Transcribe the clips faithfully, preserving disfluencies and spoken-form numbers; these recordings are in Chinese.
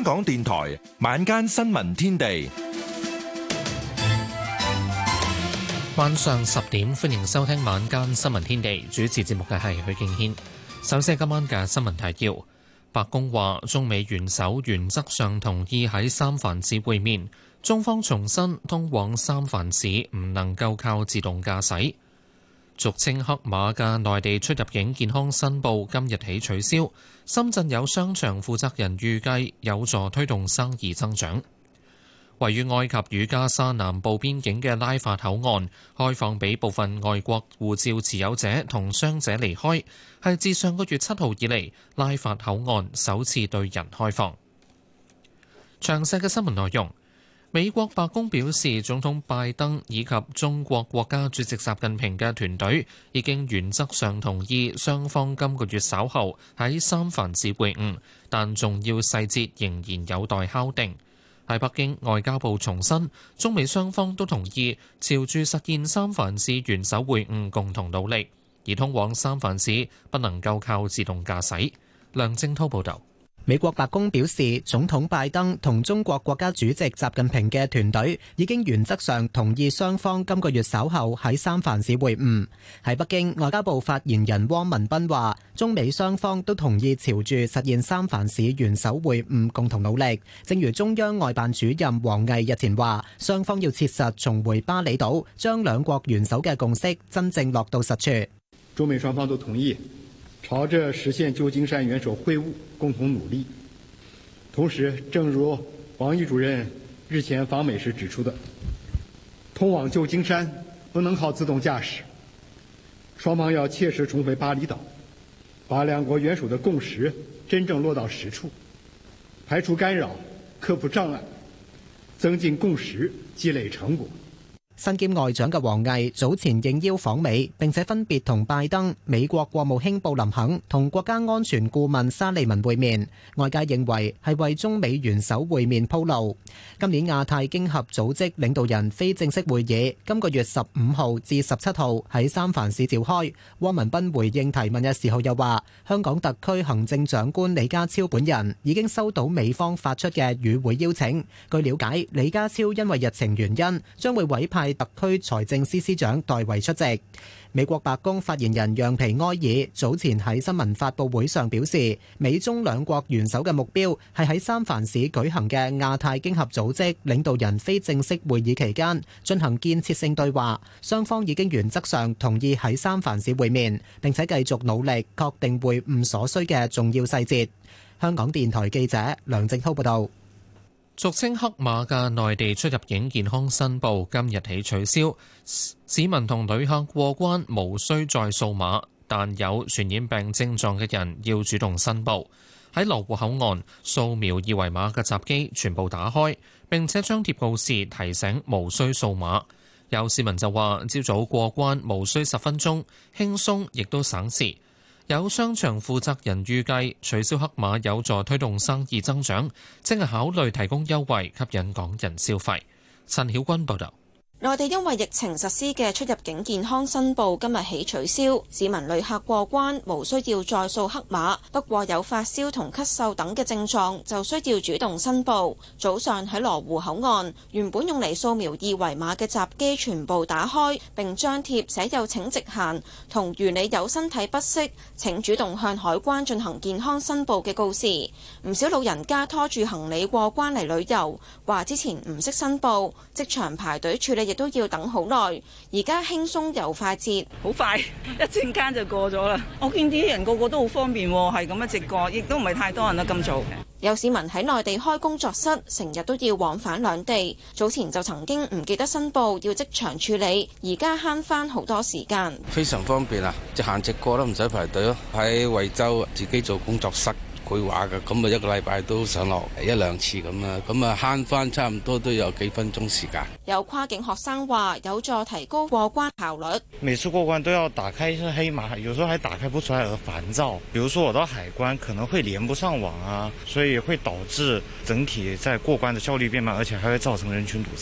港電台晚間新聞天地， 晚上十點歡迎收聽晚間新聞天地。主持節目嘅係許敬軒。首先係今晚嘅新聞提要。白宮話中美元首原則上同意喺三藩市會面，中方重申通往三藩市唔能夠靠自動駕駛。俗稱黑碼嘅內地出入境健康申報今日起取消，深圳有商場負責人預計有助推動生意增長。位於埃及與加沙南部邊境嘅拉法口岸開放俾部分外國護照持有者同傷者離開，係自上個月七號以嚟拉法口岸首次對人開放。詳細嘅新聞內容。美國白宮表示，總統拜登以及中國國家主席習近平嘅團隊已經原則上同意雙方今個月稍後喺三藩市會晤，但重要細節仍然有待敲定。喺北京，外交部重申，中美雙方都同意朝住實現三藩市元首會晤共同努力，而通往三藩市不能夠靠自動駕駛。梁正滔報導。 美國白宮表示，總統拜登同中國國家主席習近平嘅團隊已經原則上同意雙方今個月稍後喺三藩市會晤。喺北京，外交部發言人汪文斌話，中美雙方都同意朝住實現三藩市元首會晤共同努力。正如中央外辦主任王毅日前話，雙方要切實重回巴厘島，將兩國元首嘅共識真正落到實處。 中美雙方都同意朝着實現舊金山元首會晤共同努力。同時，正如王毅主任日前訪美時指出的，通往舊金山不能靠自動駕駛，雙方要切實重回巴厘島，把兩國元首的共識真正落到實處，排除干擾，克服障礙，增進共識，積累成果。 身兼外長嘅王毅早前應邀訪美，並且分別同拜登、美國國務卿布林肯同國家安全顧問沙利文會面，外界認為係為中美元首會面鋪路。今年亞太經合組織領導人非正式會議今個月十五號至十七號喺三藩市召開。汪文斌回應提問嘅時候又話，香港特區行政長官李家超本人已經收到美方發出嘅與會邀請。據了解，李家超因為日程原因，將會委派特區財政司司長代為出席。美國白宮發言人讓皮埃爾早前喺新聞發佈會上表示，美中兩國元首嘅目標係喺三藩市舉行嘅亞太經合組織領導人非正式會議期間進行建設性對話，雙方已經原則上同意喺三藩市會面，並且繼續努力確定會晤所需嘅重要細節。香港電台記者梁正滔報導。 俗稱黑碼嘅內地出入境健康申報今日起取消，市民同旅客過關無需再掃碼，但有傳染病症狀嘅人要主動申報。喺羅湖口岸掃描二維碼嘅閘機全部打開，並且張貼告示提醒無需掃碼。有市民就話，朝早過關無需十分鐘，輕鬆亦都省時。有商場負責人預計取消黑碼有助推動生意增長，正係考慮提供優惠吸引港人消費。陳曉君報導。 內地因為疫情實施嘅出入境健康申報今日起取消，市民旅客過關無需要再掃黑碼，不過有發燒同咳嗽等嘅症狀就需要主動申報。早上喺羅湖口岸，原本用嚟掃描二維碼嘅閘機全部打開，並張貼寫有請直行同如你有身體不適請主動向海關進行健康申報嘅告示。唔少老人家拖住行李過關嚟旅遊，話之前唔識申報，即場排隊處理亦都要等好耐，而家輕鬆又快捷， 好快一陣間就過咗啦。我見啲人個個都好方便，係咁一直過，亦都唔係太多人啦咁做。 有市民喺內地開工作室，成日都要往返兩地，早前就曾經唔記得申報，要即場處理，而家慳翻好多時間。 非常方便啊！直行直過都唔使排隊咯。喺惠州自己做工作室繪畫嘅，咁啊一個禮拜都上落一兩次咁啦，咁啊慳翻差唔多都有幾分鐘時間。 有跨境學生話有助提高過關效率。 每次過關都要打開一個黑碼，有時候還打開不出來而煩躁。比如說我到海關可能會連不上網啊，所以會導致整體在過關的效率變慢，而且還會造成人群堵塞。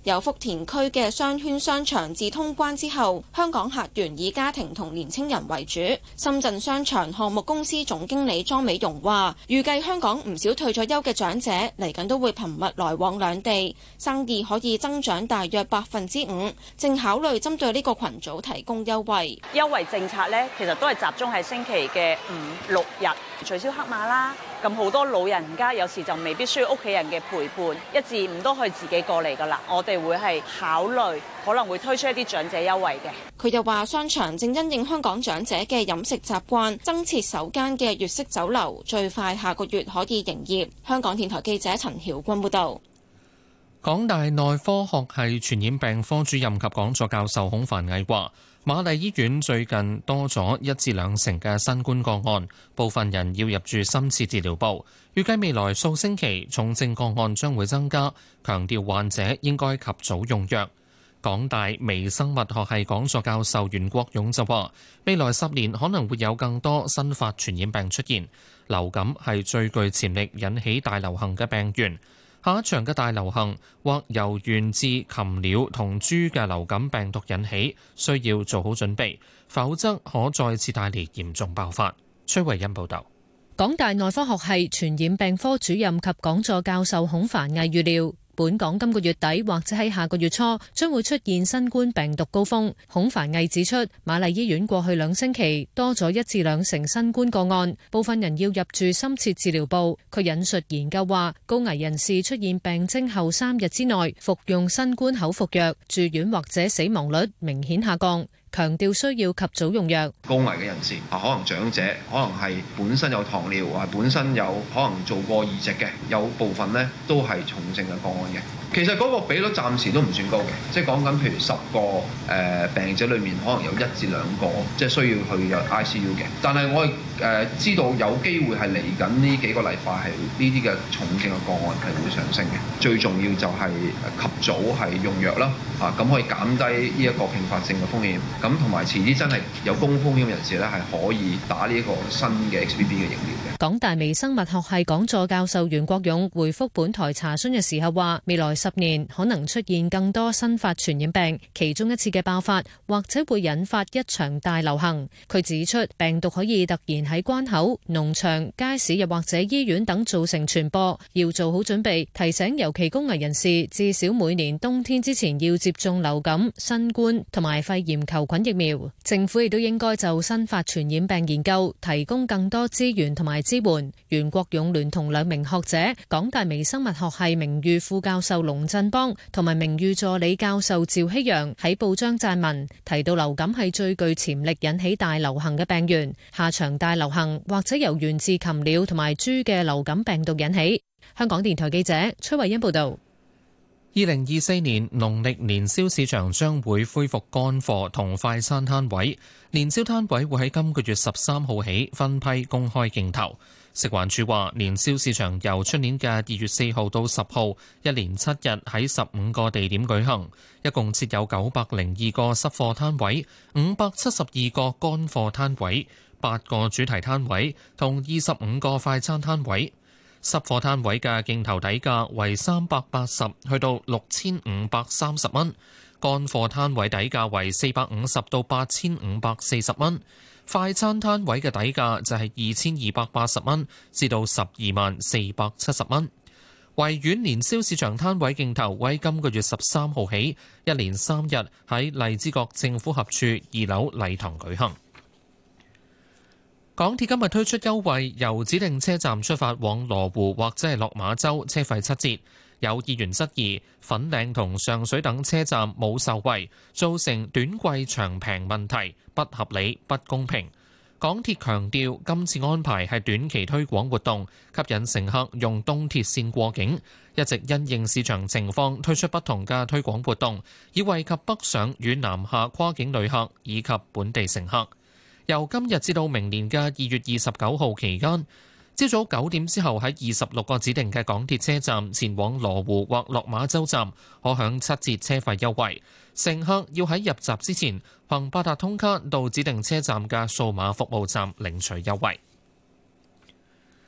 有福田區嘅商圈商場自通關之後，香港客源以家庭同年青人為主。深圳商場項目公司總經理莊美容話，預計香港唔少退咗休嘅長者嚟緊都會頻密來往兩地，生意可以增長大約百分之五，正考慮針對呢個群組提供優惠。 優惠政策呢，其實都係集中喺星期嘅五六日，取消黑馬啦。咁好多老人家有時就未必需要屋企人嘅陪伴，一至五都可以自己過嚟㗎啦。我哋會係考慮可能會推出一啲長者優惠嘅。 佢又話，商場正因應香港長者嘅飲食習慣，增設首間嘅粵式酒樓，最快下個月可以營業。香港電台記者陳曉君報導。 港大內科學系傳染病科主任及講座教授孔凡毅話，瑪麗醫院最近多咗一至兩成嘅新冠個案，部分人要入住深切治療部。預計未來數星期重症個案將會增加，強調患者應該及早用藥。港大微生物學系講座教授袁國勇就話，未來十年可能會有更多新發傳染病出現，流感係最具潛力引起大流行嘅病源。下一場嘅大流行或由源自禽鳥同豬嘅流感病毒引起，需要做好準備，否則可再次帶嚟嚴重爆發。崔慧欣報導。 港大內科學系傳染病科主任及講座教授孔凡毅預料，本港今個月底或者喺下個月初將會出現新冠病毒高峰。孔凡毅指出，瑪麗醫院過去兩星期多咗一至兩成新冠個案，部分人要入住深切治療部。佢引述研究話，高危人士出現病徵後三日之內服用新冠口服藥，住院或者死亡率明顯下降。強調需要及早用藥。 高危嘅人士啊，可能長者，可能係本身有糖尿，啊本身有可能做過移植嘅，有部分呢都係重症嘅個案嘅。其實嗰個比率暫時都唔算高嘅，即係講緊譬如十個誒、呃、病者裏面，可能有一至兩個即係需要去入 I C U 嘅。但係我哋誒、呃、知道有機會係嚟緊呢幾個禮拜係呢啲嘅重症嘅個案係會上升嘅。最重要就係及早係用藥啦，啊咁可以減低呢一個併發症嘅風險。咁同埋遲啲真係有高風險人士咧，係可以打呢一個新嘅 X B B 嘅疫苗嘅。 港大微生物學系講座教授袁國勇回覆本台查詢嘅時候話，未來十年可能出現更多新發傳染病，其中一次嘅爆發或者會引發一場大流行。佢指出，病毒可以突然喺關口、農場、街市又或者醫院等造成傳播，要做好準備。提醒尤其高危人士，至少每年冬天之前要接種流感、新冠同埋肺炎球菌疫苗。政府亦都應該就新發傳染病研究提供更多資源同埋支援。袁國勇聯同兩名學者，港大微生物學系名譽副教授龍振邦同埋名譽助理教授趙希陽喺報章撰文，提到流感係最具潛力引起大流行嘅病源，下場大流行或者由源自禽鳥同埋豬嘅流感病毒引起。香港電台記者崔慧欣報道。 二零二四年農曆年宵市場將會恢復乾貨同快餐攤位，年宵攤位會喺今個月十三號起分批公開競投。食環署話，年宵市場由出年嘅二月四號到十號，一連七日喺十五個地點舉行，一共設有九百零二個濕貨攤位、五百七十二個乾貨攤位、八個主題攤位同二十五個快餐攤位。濕貨攤位嘅競投底價為三百八十去到六千五百三十蚊，乾貨攤位底價為四百五十到八千五百四十蚊，快餐攤位嘅底價就係二千二百八十蚊至到十二萬四百七十蚊。維園年宵市場攤位競投會喺今個月十三號起，一連三日喺荔枝角政府合署二樓禮堂舉行。港鐵今日推出優惠，由指定車站出發往羅湖或者係落馬洲，車費七折。有議員質疑粉嶺同上水等車站冇受惠，造成短貴長平問題，不合理、不公平。港鐵強調今次安排係短期推廣活動，吸引乘客用東鐵線過境，一直因應市場情況推出不同嘅推廣活動，以惠及北上與南下跨境旅客以及本地乘客。由今日至到明年嘅二月二十九號期間，朝早九點之後喺二十六個指定嘅港鐵車站前往羅湖或落馬洲站，可享七折車費優惠。乘客要喺入閘之前憑八達通卡到指定車站嘅數碼服務站領取優惠。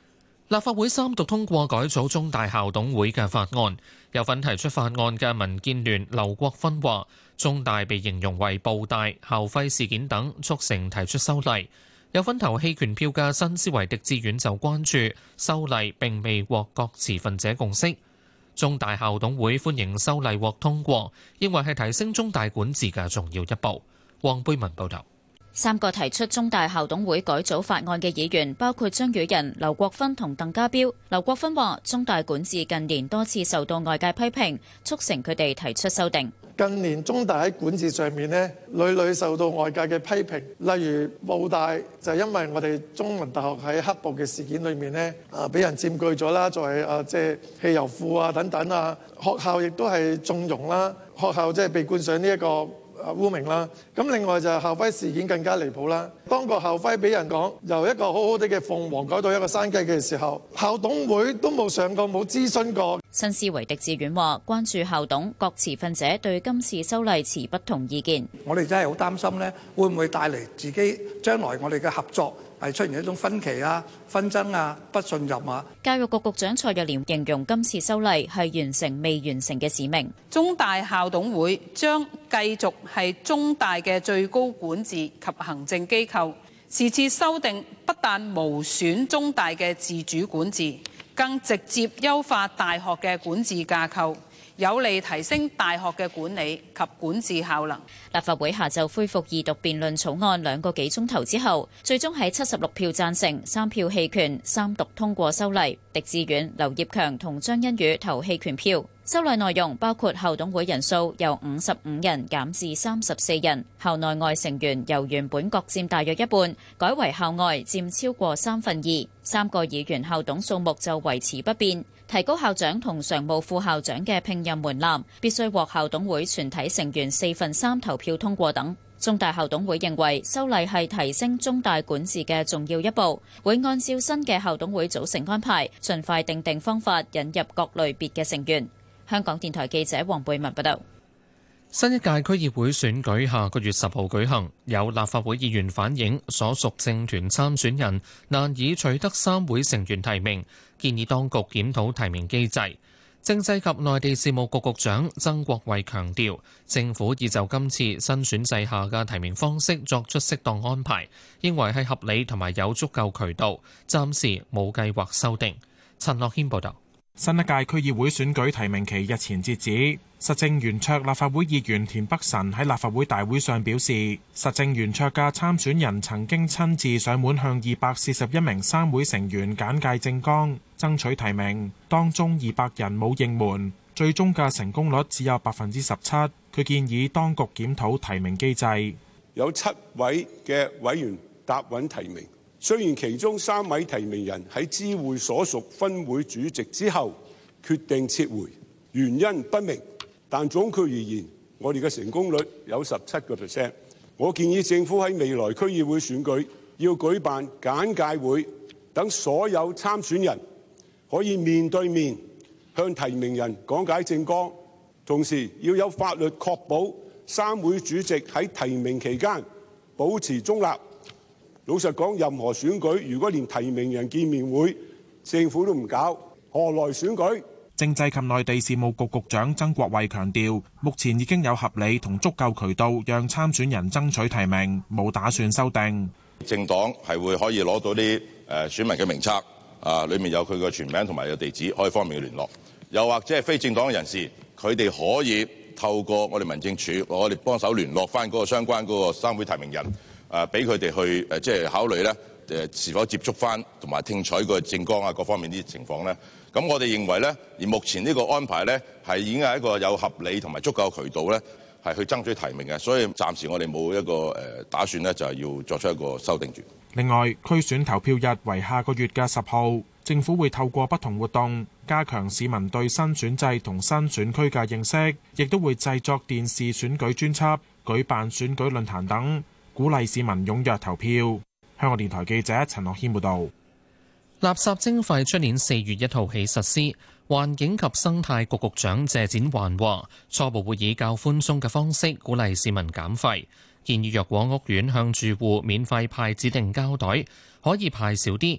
立法會三讀通過改組中大校董會嘅法案，有份提出法案嘅民建聯劉國勳話，中大被形容為暴大、校徽事件等，促成提出修例。有份投棄權票嘅新思維狄志遠就關注修例並未獲各持份者共識。中大校董會歡迎修例獲通過，認為係提升中大管治嘅重要一步。黃貝文報導。 三個提出中大校董會改組法案嘅議員包括張宇人、劉國勳同鄧家彪。劉國勳話：中大管治近年多次受到外界批評，促成佢哋提出修訂。 近年中大喺管治上面呢，屢屢受到外界嘅批評，例如暴大就係因為我哋中文大學喺黑暴嘅事件裏面呢，啊俾人佔據咗啦，作為啊即係汽油庫啊等等啊，學校亦都係縱容啦，學校即係被冠上呢一個污名啦，咁另外就係校徽事件更加離譜啦。當個校徽俾人講由一個好好哋嘅鳳凰改到一個山雞嘅時候，校董會都冇上過，冇諮詢過。 新思維狄志遠話：關注校董各持份者對今次修例持不同意見。 我哋真係好擔心呢，會唔會帶嚟自己將來我哋嘅合作係出現一種分歧啊、紛爭啊、不信任啊。 教育局局長蔡若蓮形容今次修例係完成未完成嘅使命。 中大校董會將繼續係中大嘅最高管治及行政機構，是次修訂不但無損中大嘅自主管治，更直接優化大學嘅管治架構，有利提升大學嘅管理及管治效能。 立法會下晝恢復二讀辯論草案兩個幾鐘頭之後，最終喺七十六票贊成、三票棄權，三讀通過修例。狄志遠、劉業強同張欣宇投棄權票。修例內容包括校董會人數由五十五人減至三十四人，校內外成員由原本各佔大約一半，改為校外佔超過三分二。三個議員校董數目就維持不變，提高校長同常務副校長嘅聘任門檻，必須獲校董會全體成員四分三投票通過等。中大校董會認為修例係提升中大管治嘅重要一步，會按照新嘅校董會組成安排，盡快訂定方法引入各類別嘅成員。香港電台記者黃貝文報道。 新一屆區議會選舉下個月十號舉行，有立法會議員反映所屬政團參選人難以取得三會成員提名，建議當局檢討提名機制。政制及內地事務局局長曾國衛強調，政府已就今次新選制下嘅提名方式作出適當安排，認為係合理同埋有足夠渠道，暫時冇計劃修訂。陳樂軒報導。 新一屆區議會選舉提名期日前截止，實政圓桌立法會議員田北辰喺立法會大會上表示，實政圓桌嘅參選人曾經親自上門向二百四十一名三會成員簡介政綱，爭取提名，當中二百人冇應門，最終嘅成功率只有百分之十七。佢建議當局檢討提名機制， 有七位嘅委員答允提名。雖然其中三位提名人喺知會所屬分會主席之後決定撤回，原因不明，但總括而言，我哋嘅成功率有十七個 percent。我建議政府喺未來區議會選舉要舉辦簡介會，等所有參選人可以面對面向提名人講解政綱，同時要有法律確保三會主席喺提名期間保持中立。老實講，任何選舉如果連提名人見面會政府都唔搞，何來選舉？ 政制及內地事務局局長曾國衛強調，目前已經有合理同足夠渠道讓參選人爭取提名，冇打算修訂。 政黨係會可以攞到啲誒選民嘅名冊，啊，裡面有佢嘅全名同埋有地址，可以方便嘅聯絡。又或者係非政黨嘅人士，佢哋可以透過我哋民政處，我哋幫手聯絡翻嗰個相關嗰個三會提名人。誒俾佢哋去誒，即係考慮咧誒，是否接觸翻同埋聽取個政綱啊，各方面啲情況咧。咁我哋認為咧，而目前呢個安排咧，係已經係一個有合理同埋足夠渠道咧，係去爭取提名嘅。所以暫時我哋冇一個誒打算咧，就係要作出一個修訂住。 另外，區選投票日為下個月嘅十號，政府會透過不同活動加強市民對新選制同新選區嘅認識，亦都會製作電視選舉專輯、舉辦選舉論壇等。鼓勵市民踴躍投票。香港電台記者陳樂軒報導。 垃圾徵費出年四月一號起實施，環境及生態局局長謝展寰話：初步會以較寬鬆嘅方式鼓勵市民減廢，建議若果屋苑向住戶免費派指定膠袋，可以派少啲。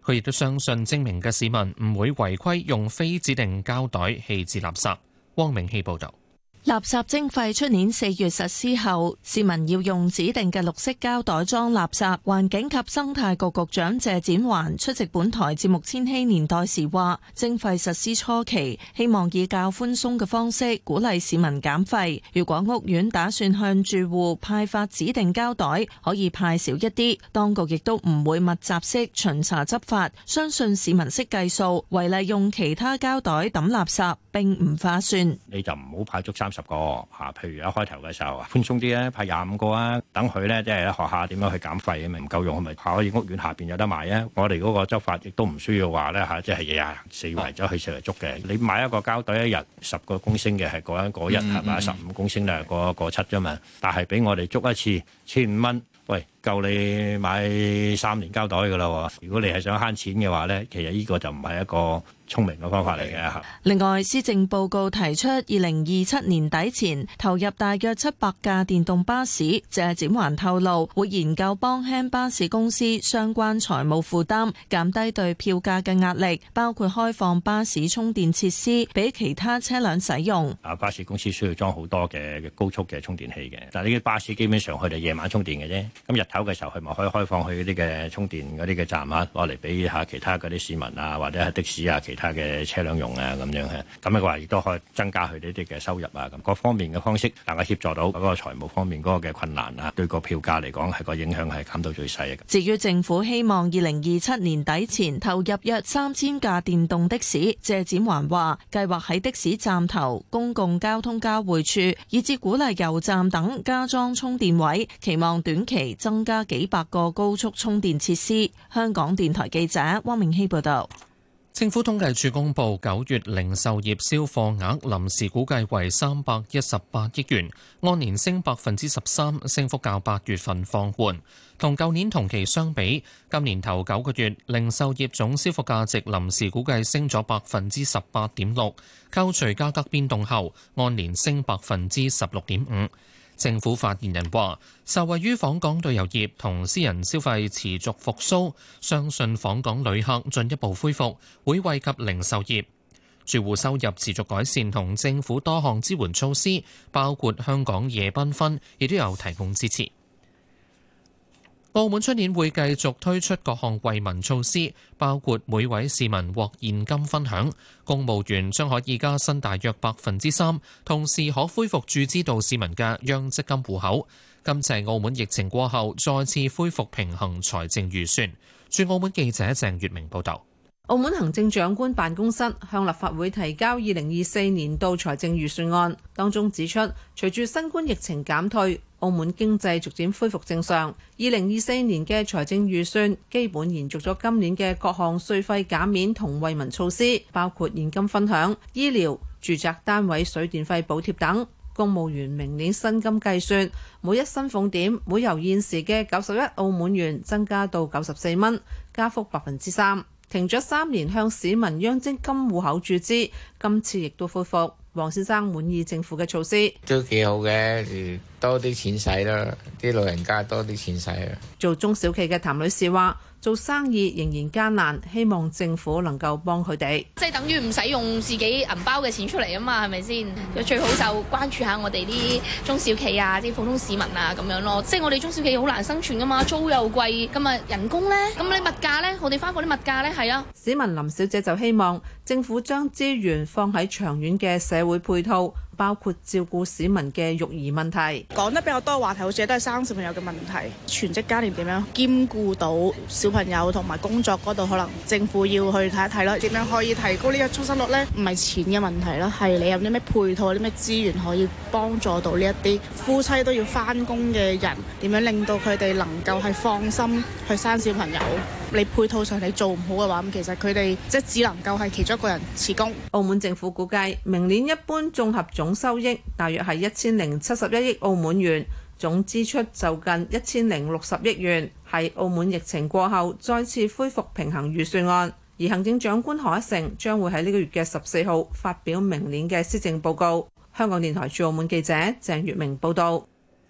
佢亦都相信精明嘅市民唔會違規用非指定膠袋棄置垃圾。汪明希報導。 垃圾徵費出年四月實施後，市民要用指定嘅綠色膠袋裝垃圾。環境及生態局局長謝展寰出席本台節目《千禧年代》時話，徵費實施初期，希望以較寬鬆嘅方式鼓勵市民減廢。如果屋苑打算向住戶派發指定膠袋，可以派少一啲。當局亦都唔會密集式巡查執法，相信市民識計數，違例用其他膠袋抌垃圾並唔划算。 你就唔好派足三十個嚇，譬如一開頭嘅時候寬鬆啲咧，派廿五個啊，等佢咧即係學下點樣去減廢，咪唔夠用，咪可以屋苑下邊有得賣啊！我哋嗰個執法亦都唔需要話咧嚇，即係日日四圍走去四圍捉嘅。你買一個膠袋一日十個公升嘅係嗰一嗰一係嘛，十五公升咧個個七啫嘛，但係俾我哋捉一次千五蚊，喂，夠你買三年膠袋㗎啦喎！如果你係想慳錢嘅話咧，其實呢個就唔係一個聰明嘅方法嚟嘅。 另外，施政報告提出，二零二七年底前投入大約七百架電動巴士。謝展寰透露，會研究幫輕巴士公司相關財務負擔，減低對票價嘅壓力，包括開放巴士充電設施俾其他車輛使用。 啊，巴士公司需要裝好多嘅高速嘅充電器嘅，但係呢啲巴士基本上佢哋夜晚充電嘅啫。咁日頭嘅時候，佢咪可以開放去啲嘅充電嗰啲嘅站啊，攞嚟俾下其他嗰啲市民啊，或者係的士啊，其他嘅車輛用啊咁樣嘅。咁嘅話亦都可以增加佢呢啲嘅收入啊，咁各方面嘅方式能夠協助到嗰個財務方面嗰個嘅困難啊，對個票價嚟講係個影響係減到最細嘅。 至於政府希望二零二七年底前投入約三千架電動的士，謝展寰話計劃喺的士站頭、公共交通交匯處以至鼓勵油站等加裝充電位，期望短期增加幾百個高速充電設施。香港電台記者汪明希報道。 政府統計處公布九月零售業銷貨額臨時估計為三百一十八億元，按年升百分之十三，升幅較八月份放緩。同舊年同期相比，今年頭九個月零售業總銷貨價值臨時估計升咗百分之十八點六，扣除價格變動後，按年升百分之十六點五。政府發言人話，受惠於訪港旅遊業同私人消費持續復甦，相信訪港旅客進一步恢復，會惠及零售業。住戶收入持續改善，同政府多項支援措施，包括香港夜繽紛，亦都有提供支持。澳門出年會繼續推出各項惠民措施，包括每位市民獲現金分享，公務員將可以加薪大約百分之三，同時可恢復注資到市民嘅央積金戶口。今次係澳門疫情過後再次恢復平衡財政預算。駐澳門記者鄭月明報導。 澳門行政長官辦公室向立法會提交二零二四年度財政預算案，當中指出，隨住新冠疫情減退，澳門經濟逐漸恢復正常。二零二四年嘅財政預算基本延續咗今年嘅各項稅費減免同惠民措施，包括現金分享、醫療、住宅單位水電費補貼等。公務員明年薪金計算，每一薪俸點會由現時嘅九十一澳門元增加到九十四蚊，加幅百分之三。停咗三年向市民央積金戶口注資，今次亦都恢復。黃先生滿意政府嘅措施， 都幾好嘅，多啲錢使啦，啲老人家多啲錢使啊。 做中小企嘅譚女士話，做生意仍然艱難，希望政府能夠幫佢哋， 即係等於唔使用自己銀包嘅錢出嚟啊嘛，係咪先？最好就關注下我哋啲中小企啊，啲普通市民啊咁樣咯。即係我哋中小企好難生存噶嘛，租又貴，咁啊人工呢？咁你物價呢？我哋翻貨啲物價呢？係啊。 市民林小姐就希望政府將資源放喺長遠嘅社會配套，包括照顧市民嘅育兒問題。 講得比較多嘅話題，好似都係生小朋友嘅問題，全職家庭點樣兼顧到小朋友同埋工作嗰度，可能政府要去睇一睇啦。點樣可以提高呢個出生率呢？唔係錢嘅問題啦，係你有啲咩配套、啲咩資源可以幫助到呢一啲夫妻都要返工嘅人，點樣令到佢哋能夠係放心去生小朋友？你配套上你做唔好嘅話，咁其實佢哋即係只能夠係其中一個人辭工。 澳門政府估計明年一般綜合總收益大約係一千零七十一億澳門元，總支出就近一千零六十億元，係澳門疫情過後再次恢復平衡預算案。而行政長官賀一誠將會喺呢個月嘅十四號發表明年嘅施政報告。香港電台駐澳門記者鄭月明報道。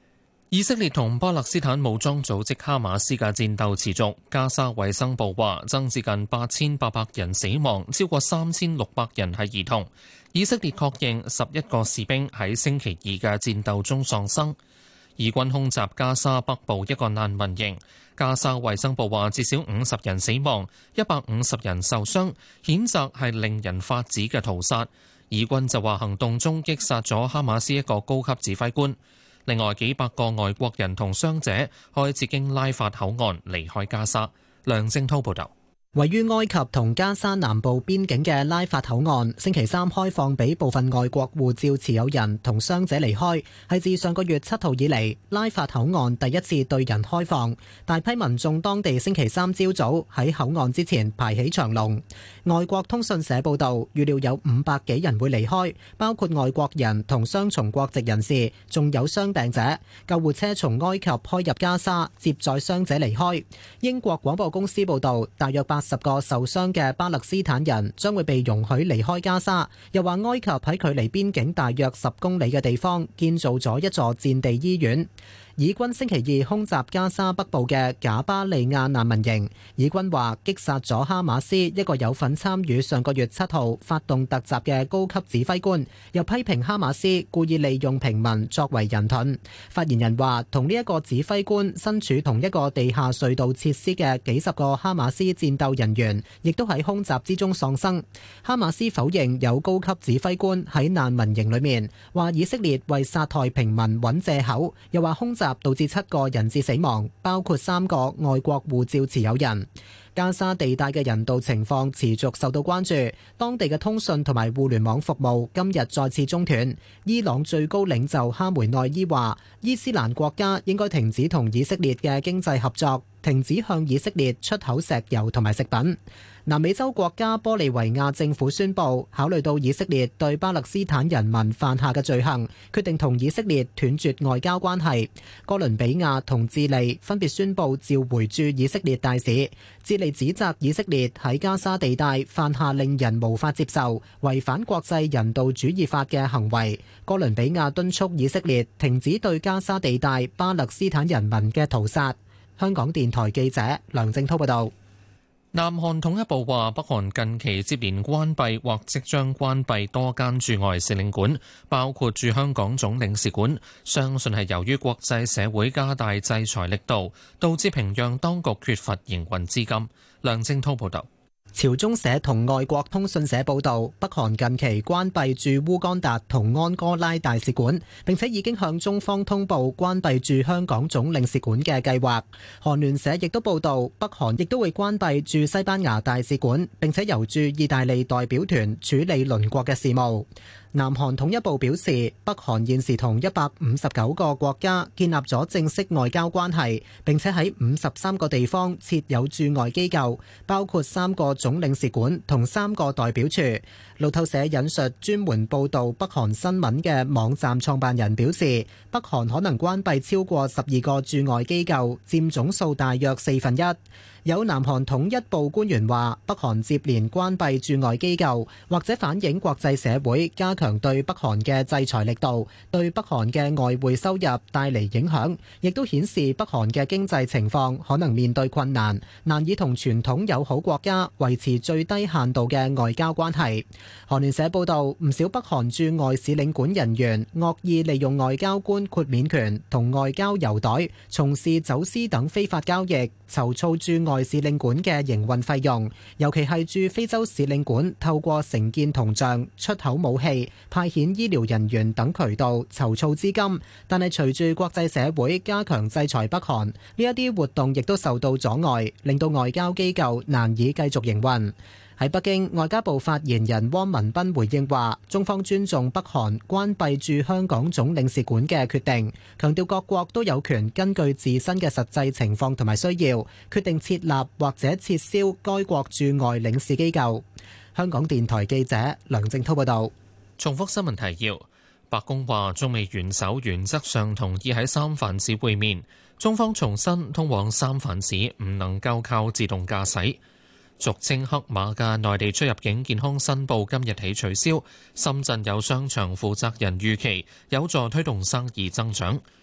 以色列同巴勒斯坦武裝組織哈馬斯嘅戰鬥持續，加沙衛生部話增至近八千八百人死亡，超過三千六百人係兒童。以色列確認十一個士兵喺星期二嘅戰鬥中喪生。以軍空襲加沙北部一個難民營，加沙衛生部話至少五十人死亡，一百五十人受傷，譴責係令人髮指嘅屠殺。以軍就話行動中擊殺咗哈馬斯一個高級指揮官。另外幾百個外國人同傷者開始經拉法口岸離開加沙。梁正滔報導。 位於埃及同加沙南部邊境嘅拉法口岸，星期三開放俾部分外國護照持有人同傷者離開，係自上個月七號以嚟拉法口岸第一次對人開放。大批民眾當地星期三朝早喺口岸之前排起長龍。外國通訊社報道，預料有五百幾人會離開，包括外國人同雙重國籍人士，仲有傷病者。救護車從埃及開入加沙，接載傷者離開。英國廣播公司報道，大約八十個受傷嘅巴勒斯坦人將會被容許離開加沙。又話埃及喺距離邊境大約十公里嘅地方建造咗一座戰地醫院。以軍星期二空襲加沙北部嘅賈巴利亞難民營，以軍話擊殺咗哈馬斯一個有份參與上個月七號發動突襲嘅高級指揮官，又批評哈馬斯故意利用平民作為人盾。發言人話，同呢一個指揮官身處同一個地下隧道設施嘅幾十個哈馬斯戰鬥人員，亦都喺空襲之中喪生。哈馬斯否認有高級指揮官喺難民營裏面，話以色列為殺害平民揾藉口，又話空襲導致七個人質死亡，包括三個外國護照持有人。加沙地帶嘅人道情況持續受到關注，當地嘅通訊同埋互聯網服務今日再次中斷。伊朗最高領袖哈梅內伊話，伊斯蘭國家應該停止同以色列嘅經濟合作，停止向以色列出口石油同埋食品。南美洲國家玻利維亞政府宣布，考慮到以色列對巴勒斯坦人民犯下嘅罪行，決定同以色列斷絕外交關係。哥倫比亞同智利分別宣布召回駐以色列大使。智利指責以色列喺加沙地帶犯下令人無法接受、違反國際人道主義法嘅行為。哥倫比亞敦促以色列停止對加沙地帶巴勒斯坦人民嘅屠殺。香港電台記者梁正滔報道。 南韓統一部話，北韓近期接連關閉或即將關閉多間駐外使領館，包括駐香港總領事館，相信係由於國際社會加大制裁力度，導致平壤當局缺乏營運資金。梁正滔報導。 朝中社同外國通訊社報導，北韓近期關閉駐烏干達同安哥拉大使館，並且已經向中方通報關閉駐香港總領事館嘅計劃。韓聯社亦都報導，北韓亦都會關閉駐西班牙大使館，並且由駐意大利代表團處理鄰國嘅事務。南韓統一部表示，北韓現時同一百五十九個國家建立咗正式外交關係，並且喺五十三個地方設有駐外機構，包括三個總領事館同三個代表處。路透社引述專門報導北韓新聞嘅網站創辦人表示，北韓可能關閉超過十二個駐外機構，佔總數大約四分一。有南韓統一部官員話，北韓接連關閉駐外機構，或者反映國際社會加強對北韓嘅制裁力度，對北韓嘅外匯收入帶嚟影響，亦都顯示北韓嘅經濟情況可能面對困難，難以同傳統友好國家維持最低限度嘅外交關係。韓聯社報道，唔少北韓駐外使領館人員惡意利用外交官豁免權同外交郵袋，從事走私等非法交易，籌措駐外使領館嘅營運費用，尤其係駐非洲使領館透過承建銅像、出口武器、派遣醫療人員等渠道籌措資金。但係隨住國際社會加強制裁北韓，呢一啲活動亦都受到阻礙，令到外交機構難以繼續營運。喺北京，外交部發言人汪文斌回應話，中方尊重北韓關閉駐香港總領事館嘅決定，強調各國都有權根據自身嘅實際情況同埋需要，決定設立或者撤銷該國駐外領事機構。香港電台記者梁正滔報導。 重複新聞提要：白宮話中美元首原則上同意喺三藩市會面，中方重申通往三藩市唔能夠靠自動駕駛。俗稱黑碼嘅內地出入境健康申報今日起取消，深圳有商場負責人預期有助推動生意增長。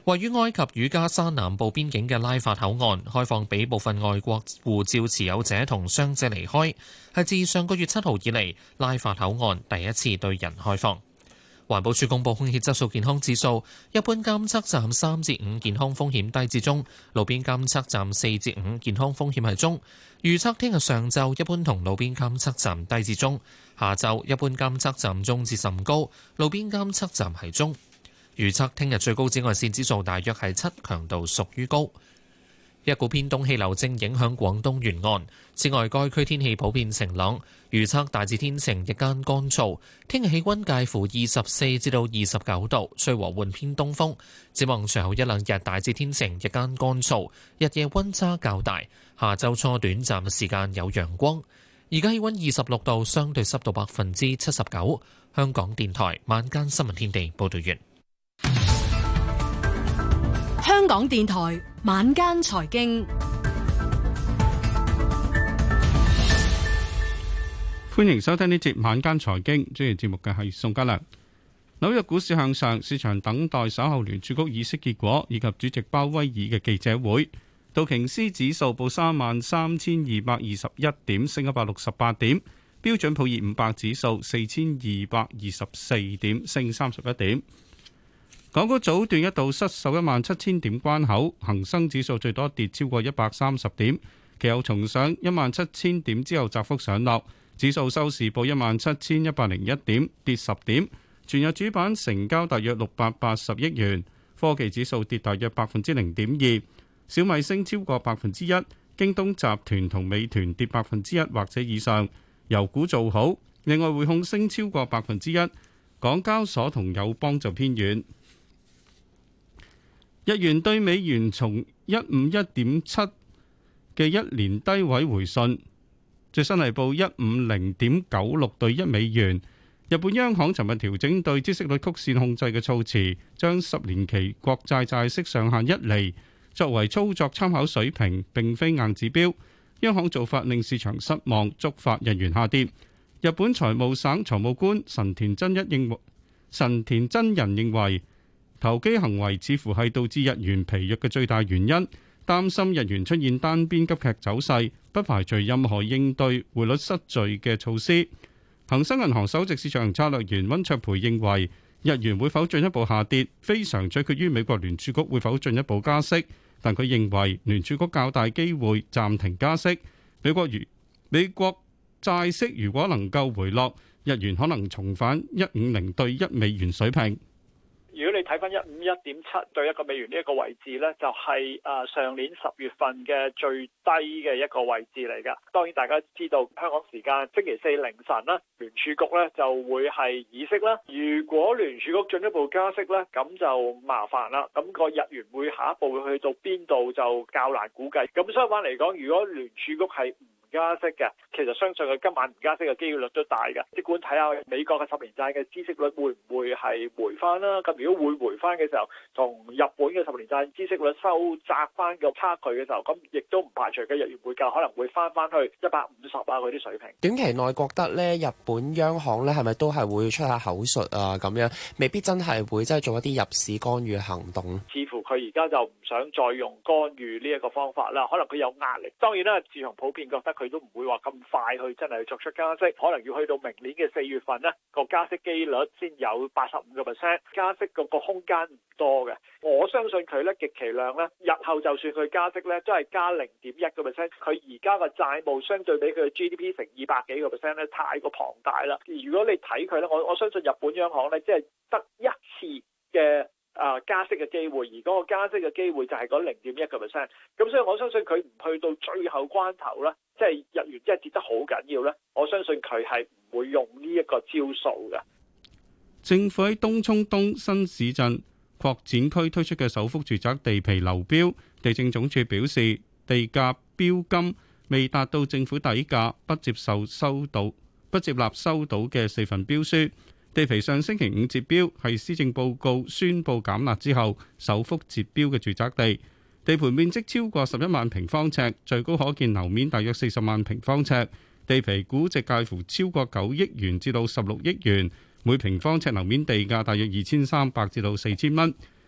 位於埃及與加沙南部邊境嘅拉法口岸開放俾部分外國護照持有者同傷者離開，係自上個月七號以嚟拉法口岸第一次對人開放。環保署公布空氣質素健康指數，一般監測站三至五健康風險低至中，路邊監測站四至五健康風險係中。預測聽日上晝一般同路邊監測站低至中，下晝一般監測站中至甚高，路邊監測站係中。預測聽日最高紫外線指數大約係七，強度屬於高。一股偏東氣流正影響廣東沿岸，此外該區天氣普遍晴朗，預測大致天晴，日間乾燥。聽日氣溫介乎二十四至到二十九度，吹和緩偏東風。展望隨後一兩日大致天晴，日間乾燥，日夜溫差較大。下週初短暫時間有陽光。而家氣溫二十六度，相對濕度百分之七十九。香港電台晚間新聞天地報道完。 香港電台晚間財經， 歡迎收聽呢節晚間財經。主持節目嘅係宋家良。紐約股市向上，市場等待稍後聯儲局議息結果以及主席鮑威爾嘅記者會。道瓊斯指數報三萬三千二百二十一點，升一百六十八點。標準普爾五百指數四千二百二十四點，升三十一點。港股早段一度失守一萬七千點關口，恒生指數最多跌超過一百三十點，其後重上一萬七千點之後窄幅上落，指數收市報一萬七千一百零一點，跌十點。全日主板成交大約六百八十億元，科技指數跌大約百分之零點二，小米升超過百分之一，京東集團同美團跌百分之一或者以上，油股做好。另外匯控升超過百分之一，港交所同友邦就偏軟。日元對美元從一五一點七嘅一年低位回順，最新係報一五零點九六對一美元。日本央行尋日調整對孳息率曲線控制嘅措辭，將十年期國債債息上限一厘作為操作參考水平，並非硬指標。央行做法令市場失望，觸發日元下跌。日本財務省財務官神田真一認為，神田真人認為，投機行為似乎係導致日元疲弱嘅最大原因，擔心日元出現單邊急劇走勢，不排除任何應對匯率失序嘅措施。恒生銀行首席市場策略員溫卓培認為，日元會否進一步下跌，非常取決於美國聯儲局會否進一步加息，但佢認為聯儲局較大機會暫停加息。美國如美國債息如果能夠回落，日元可能重返一五零對一美元水平。 如果你睇翻一五一點七對一個美元呢一個位置呢，就係誒上年十月份嘅最低嘅一個位置嚟㗎。當然大家知道香港時間星期四凌晨啦，聯儲局呢就會係議息啦。如果聯儲局進一步加息呢，咁就麻煩啦。咁個日元會下一步會去到邊度就較難估計。咁相反嚟講，如果聯儲局係唔加息嘅，其實相信佢今晚唔加息嘅機會率都大嘅。即管睇下美國嘅十年債嘅孳息率會唔會係回翻啦？咁如果會回翻嘅時候，同日本嘅十年債孳息率收窄翻個差距嘅時候，咁亦都唔排除嘅日元匯價可能會翻翻去一百五十啊嗰啲水平。 短期內覺得咧，日本央行咧係咪都係會出下口術啊？咁樣未必真係會真係做一啲入市干預嘅行動。 似乎佢而家就唔想再用干預呢一個方法啦，可能佢有壓力。當然啦，市場普遍覺得佢都唔會話咁快去真係去作出加息，可能要去到明年嘅四月份呢個加息機率先有八十五個 percent， 加息嗰個空間唔多嘅。我相信佢咧極其量咧，日後就算佢加息咧，都係加零點一個 percent。佢而家嘅債務相對比佢嘅 G D P 成二百幾個 percent 咧，太過龐大啦。而如果你睇佢咧，我我相信日本央行咧，即係得一次嘅。啊，加息嘅機會，而嗰個加息嘅機會就係嗰零點一個 percent， 咁所以我相信佢唔去到最後關頭咧，即係日元即係跌得好緊要咧，我相信佢係唔會用呢一個招數嘅。 政府喺東涌東新市鎮擴展區推出嘅首幅住宅地皮流標，地政總署表示地價標金未達到政府底價，不接受收到不接納收到嘅四份標書。地皮上星期五截標，係施政報告宣布減辣之後首幅截標嘅住宅地，地盤面積超過十一萬平方尺，最高可建樓面大約四十萬平方尺，地皮估值介乎超過九億元至到十六億元，每平方尺樓面地價大約二千三百至到四千蚊。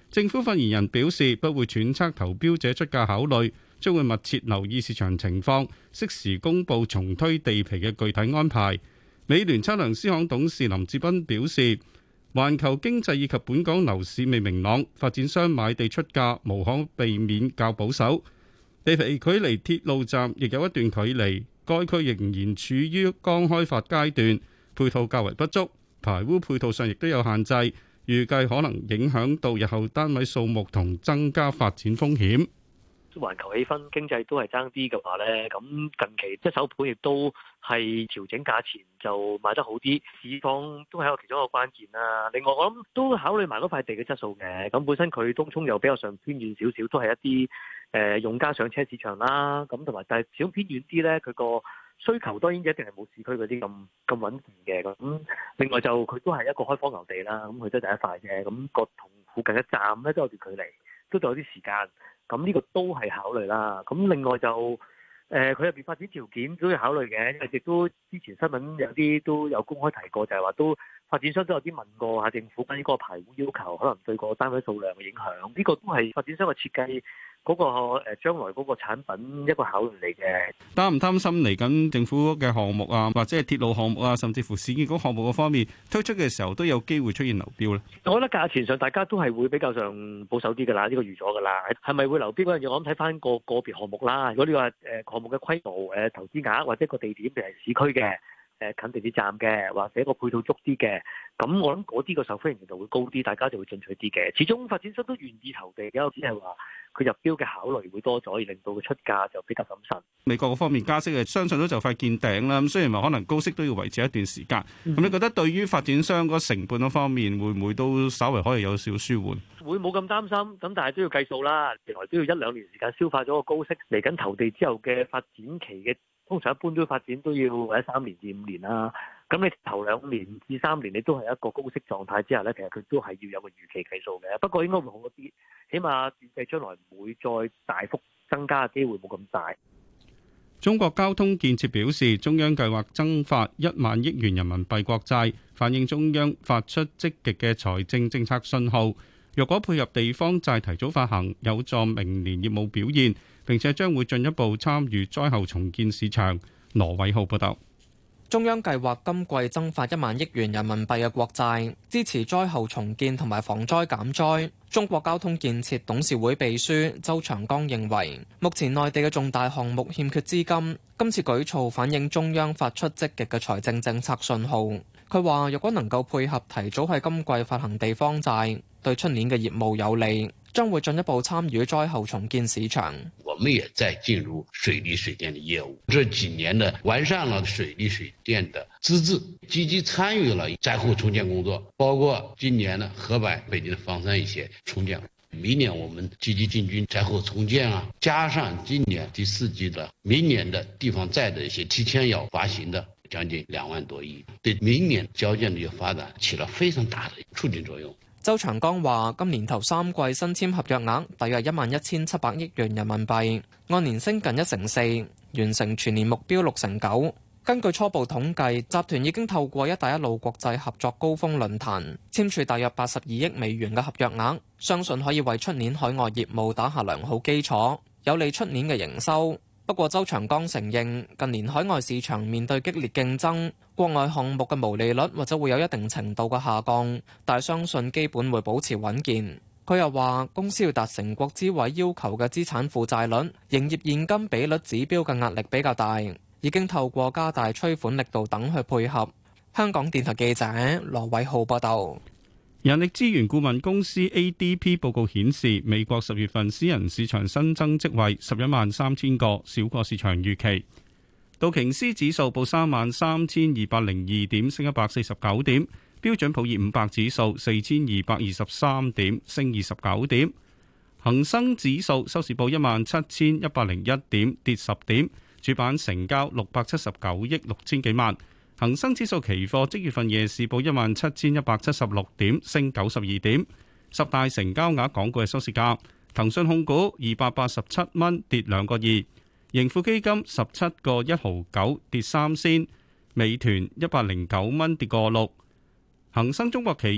政府發言人表示，不會揣測投標者出價考慮，將會密切留意市場情況，適時公佈重推地皮嘅具體安排。美聯測量師行董事林志斌表示，環球經濟以及本港樓市未明朗，發展商買地出價無可避免較保守。地皮距離鐵路站亦有一段距離，該區仍然處於剛開發階段，配套較為不足，排污配套上亦都有限制，預計可能影響到日後單位數目同增加發展風險。 環球氣氛經濟都係爭啲嘅話咧，咁近期即係首盤亦都係調整價錢就賣得好啲，市況都係一個其中一個關鍵啦。另外我諗都考慮埋嗰塊地嘅質素嘅，咁本身佢東涌又比較上偏遠少少，都係一啲誒、呃、用家上車市場啦。咁同埋但係始終偏遠啲咧，佢個需求當然一定係冇市區嗰啲咁咁穩健嘅。咁另外就佢都係一個開荒牛地啦，咁佢都係第一塊嘅，咁、個同附近嘅站咧都有段距離，都仲有啲時間。咁呢個都係考慮啦。咁另外就誒佢入邊發展條件都要考慮嘅，因為亦都之前新聞有啲都有公開提過，就係話都發展商都有啲問過下政府關於嗰個排污要求，可能對個單位數量嘅影響。呢個都係發展商嘅設計嗰個誒將來嗰個產品一個考慮嚟嘅。 擔唔擔心嚟緊政府嘅項目啊，或者係鐵路項目啊，甚至乎市建局項目嗰方面推出嘅時候，都有機會出現流標咧？ 我覺得價錢上大家都係會比較上保守啲㗎啦，呢個預咗㗎啦。係咪會流標嗰樣嘢？我諗睇翻個個別項目啦。如果你話誒項目嘅規模、誒投資額或者個地點譬如係市區嘅。誒近地鐵站嘅，或者個配套足啲嘅，咁我諗嗰啲個受歡迎程度會高啲，大家就會進取啲嘅。始終發展商都願意投地嘅，只係話佢入標嘅考慮會多咗，而令到佢出價就比較審慎。 美國嗰方面加息嘅，相信都就快見頂啦。咁雖然話可能高息都要維持一段時間，咁、嗯、你覺得對於發展商嗰成本嗰方面，會唔會都稍微可以有少少舒緩？ 會冇咁擔心，咁但係都要計數啦。原來都要一兩年時間消化咗個高息，嚟緊投地之後嘅發展期嘅。通常一般都發展都要或者三年至五年啦，咁你頭兩年至三年你都係一個高息狀態之下咧，其實佢都係要有個預期計數嘅。不過應該會好一啲，起碼預計將來唔會再大幅增加嘅機會冇咁大。 中國交通建設表示，中央計劃增發一萬億元人民幣國債，反映中央發出積極嘅財政政策信號。若果配合地方債提早發行，有助明年業務表現，並且將會進一步參與災後重建市場。羅偉浩報道。 中央計劃今季增發一萬億元人民幣嘅國債，支持災後重建同埋防災減災。中國交通建設董事會秘書周長江認為，目前內地嘅重大項目欠缺資金，今次舉措反映中央發出積極嘅財政政策信號。佢話：若果能夠配合提早喺今季發行地方債，對出年嘅業務有利，將會進一步參與災後重建市場。 我們也在進入水利水電的業務，這幾年呢完善了水利水電的資質，積極參與了災後重建工作，包括今年呢河北、北京的房山一些重建。明年我們積極進軍災後重建啊，加上今年第四季的明年的地方債的一些提前要發行的。將近兩萬多億，對明年交建的發展起了非常大的促進作用。 周長江話：今年頭三季新簽合約額大約一萬一千七百億元人民幣，按年升近一成四，完成全年目標六成九。根據初步統計，集團已經透過一帶一路國際合作高峰論壇簽署大約八十二億美元嘅合約額，相信可以為出年海外業務打下良好基礎，有利出年嘅營收。不過，周長江承認近年海外市場面對激烈競爭，國外項目嘅毛利率或者會有一定程度嘅下降，但係相信基本會保持穩健。佢又話，公司要達成國資委要求嘅資產負債率、營業現金比率指標嘅壓力比較大，已經透過加大催款力度等去配合。香港電台記者羅偉浩報道。 人力資源顧問公司 A D P 報告顯示，美國十月份私人市場新增職位十一萬三千個，少過市場預期。道瓊斯指數報三萬三千二百零二點，升一百四十九點。標準普爾五百指數四千二百二十三點，升二十九點。恒生指數收市報一萬七千一百零一點，跌十點。主板成交六百七十九億六千幾萬。恒生指數期貨即月份夜市報一萬七千一百七十六點，升九十二點。十大成交額港股嘅收市價：騰訊控股二百八十七蚊，跌兩個二；盈富基金十七個一毫九，跌三仙；美團一百零九蚊，跌個六；恒生中國企業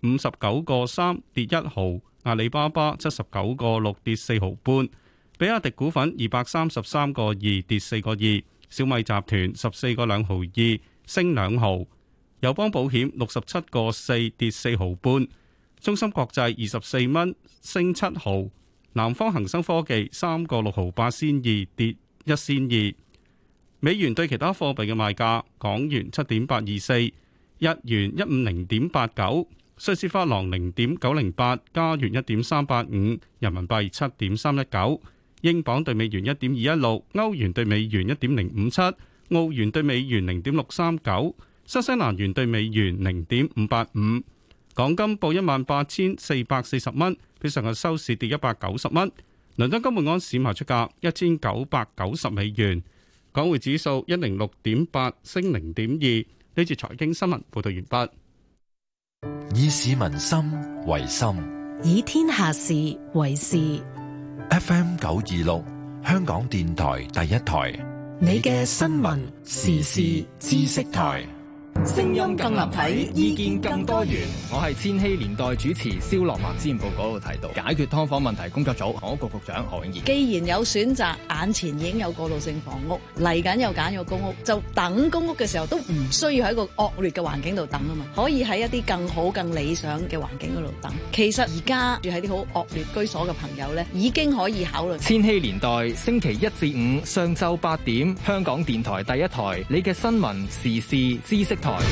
五十九個三跌一毫，阿里巴巴七十九個六跌四毫半，比亞迪股份二百三十三個二跌四個二，小米集團十四個兩毫二升兩毫，友邦保險六十七個四跌四毫半，中芯國際二十四蚊升七毫，南方恒生科技三個六毫八仙二跌一仙二。美元對其他貨幣嘅賣價：港元七點八二四，日元一五零點八九，瑞士法郎零點九零八，加元一點三八五，人民幣七點三一九，英鎊對美元一點二一六，歐元對美元一點零五七，澳元對美元零點六三九，新西蘭元對美元零點五八五。港金報一萬八千四百四十蚊，比上日收市跌一百九十蚊。倫敦金每盎司賣出價一千九百九十美元。港匯指數一零六點八升零點二。呢次財經新聞報道完畢。 以市民心為心， 以天下事為事。 F M 九二六，香港電台第一台， 你嘅新聞時事知識台。 聲音更立體，意見更多元。我係千禧年代主持蕭樂文。之前報告嗰度提到解決劏房問題工作組房屋局局長何永賢。 既然有選擇，眼前已經有過渡性房屋，嚟緊又揀咗公屋，就等公屋嘅時候都唔需要喺個惡劣嘅環境度等啊嘛，可以喺一啲更好、更理想嘅環境嗰度等。其實而家住喺啲好惡劣居所嘅朋友呢，已經可以考慮。 千禧年代星期一至五上晝八點，香港電台第一台，你嘅新聞時事知識台。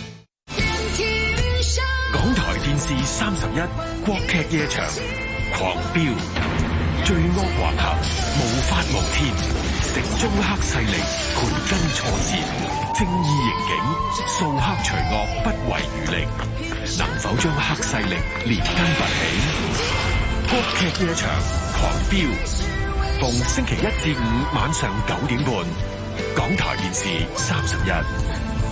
港台電視三十一國劇夜場狂飆，罪惡橫行，無法無天，城中黑勢力盤根錯節，正義刑警掃黑除惡不遺餘力，能否將黑勢力連根拔起？國劇夜場狂飆，逢星期一至五晚上九點半，港台電視三十一。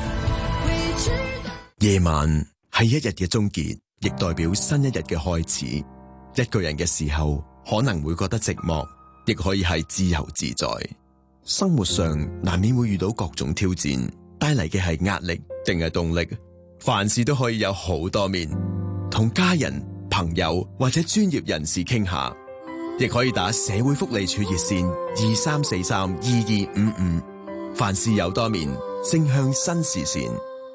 夜晚係一日嘅終結，亦代表新一日嘅開始。一個人嘅時候，可能會覺得寂寞，亦可以係自由自在。生活上難免會遇到各種挑戰，帶嚟嘅係壓力定係動力？凡事都可以有好多面，同家人、朋友或者專業人士傾下，亦可以打社會福利處熱線二三四三二二五五。凡事有多面，正向新視線。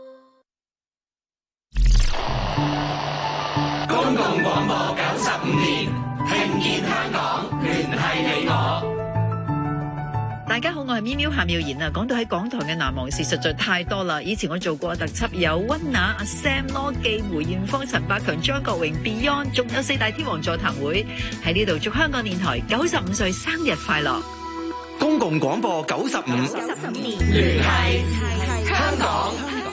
公共廣播九十五年，聽見香港，聯繫你我。 大家好，我係咪喵夏妙賢啊！講到喺港台嘅難忘事實在太多啦。以前我做過特輯有溫拿、阿 Sam、羅記、梅艷芳、陳百強、張國榮、Beyond， 仲有四大天王座談會。喺呢度祝香港電台九十五歲生日快樂！ 公共廣播九十五年，聯繫香港。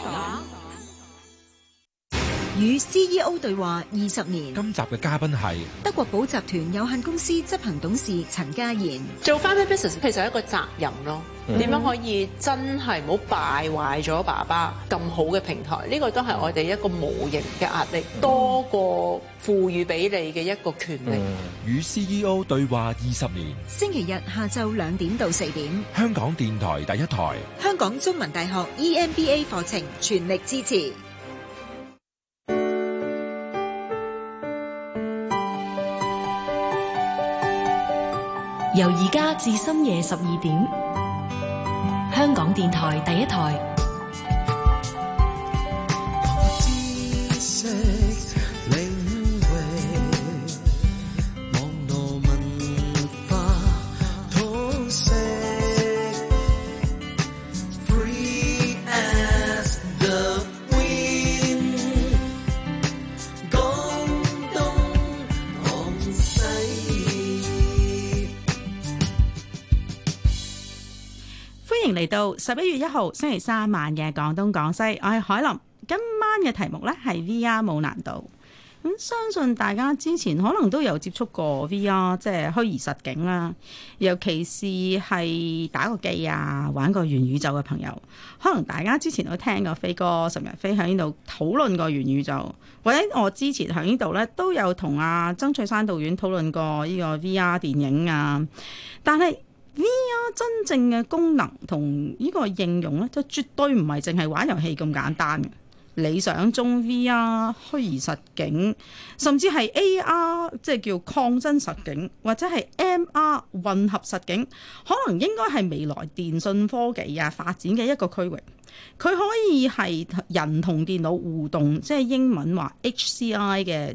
與 C E O 對話二十年。 今集嘅嘉賓係德國寶集團有限公司執行董事陳家賢。 做 family business 其實係一個責任咯，點樣、嗯、可以真係唔好敗壞咗爸爸咁好嘅平台？呢、這個都係我哋一個無形嘅壓力，嗯、多過賦予俾你嘅一個權力。 與、嗯、C E O 對話二十年。 星期日下晝兩點到四點， 香港電台第一台， 香港中文大學 E M B A 課程全力支持。 由而家至深夜十二點，香港電台第一台。 嚟到十一月一號星期三晚嘅廣東廣西，我係海林。今晚嘅題目呢係 V R 冇難度。咁相信大家之前可能都有接觸過 V R， 即係虛擬實境啦。尤其是係打個機啊、玩個元宇宙嘅朋友，可能大家之前都聽過飛哥岑日飛喺呢度討論過元宇宙，或者我之前喺呢度呢都有同阿曾翠珊導演討論過呢個 V R 電影啊。但係V R 真正嘅功能同呢個應用咧，就絕對唔係淨係玩遊戲咁簡單嘅。 理想中 V R 虛擬實境，甚至係 A R 即係叫擴增實境，或者係 M R 混合實境，可能應該係未來電訊科技啊發展嘅一個區域。佢可以係人同電腦互動，即係英文話 H C I 嘅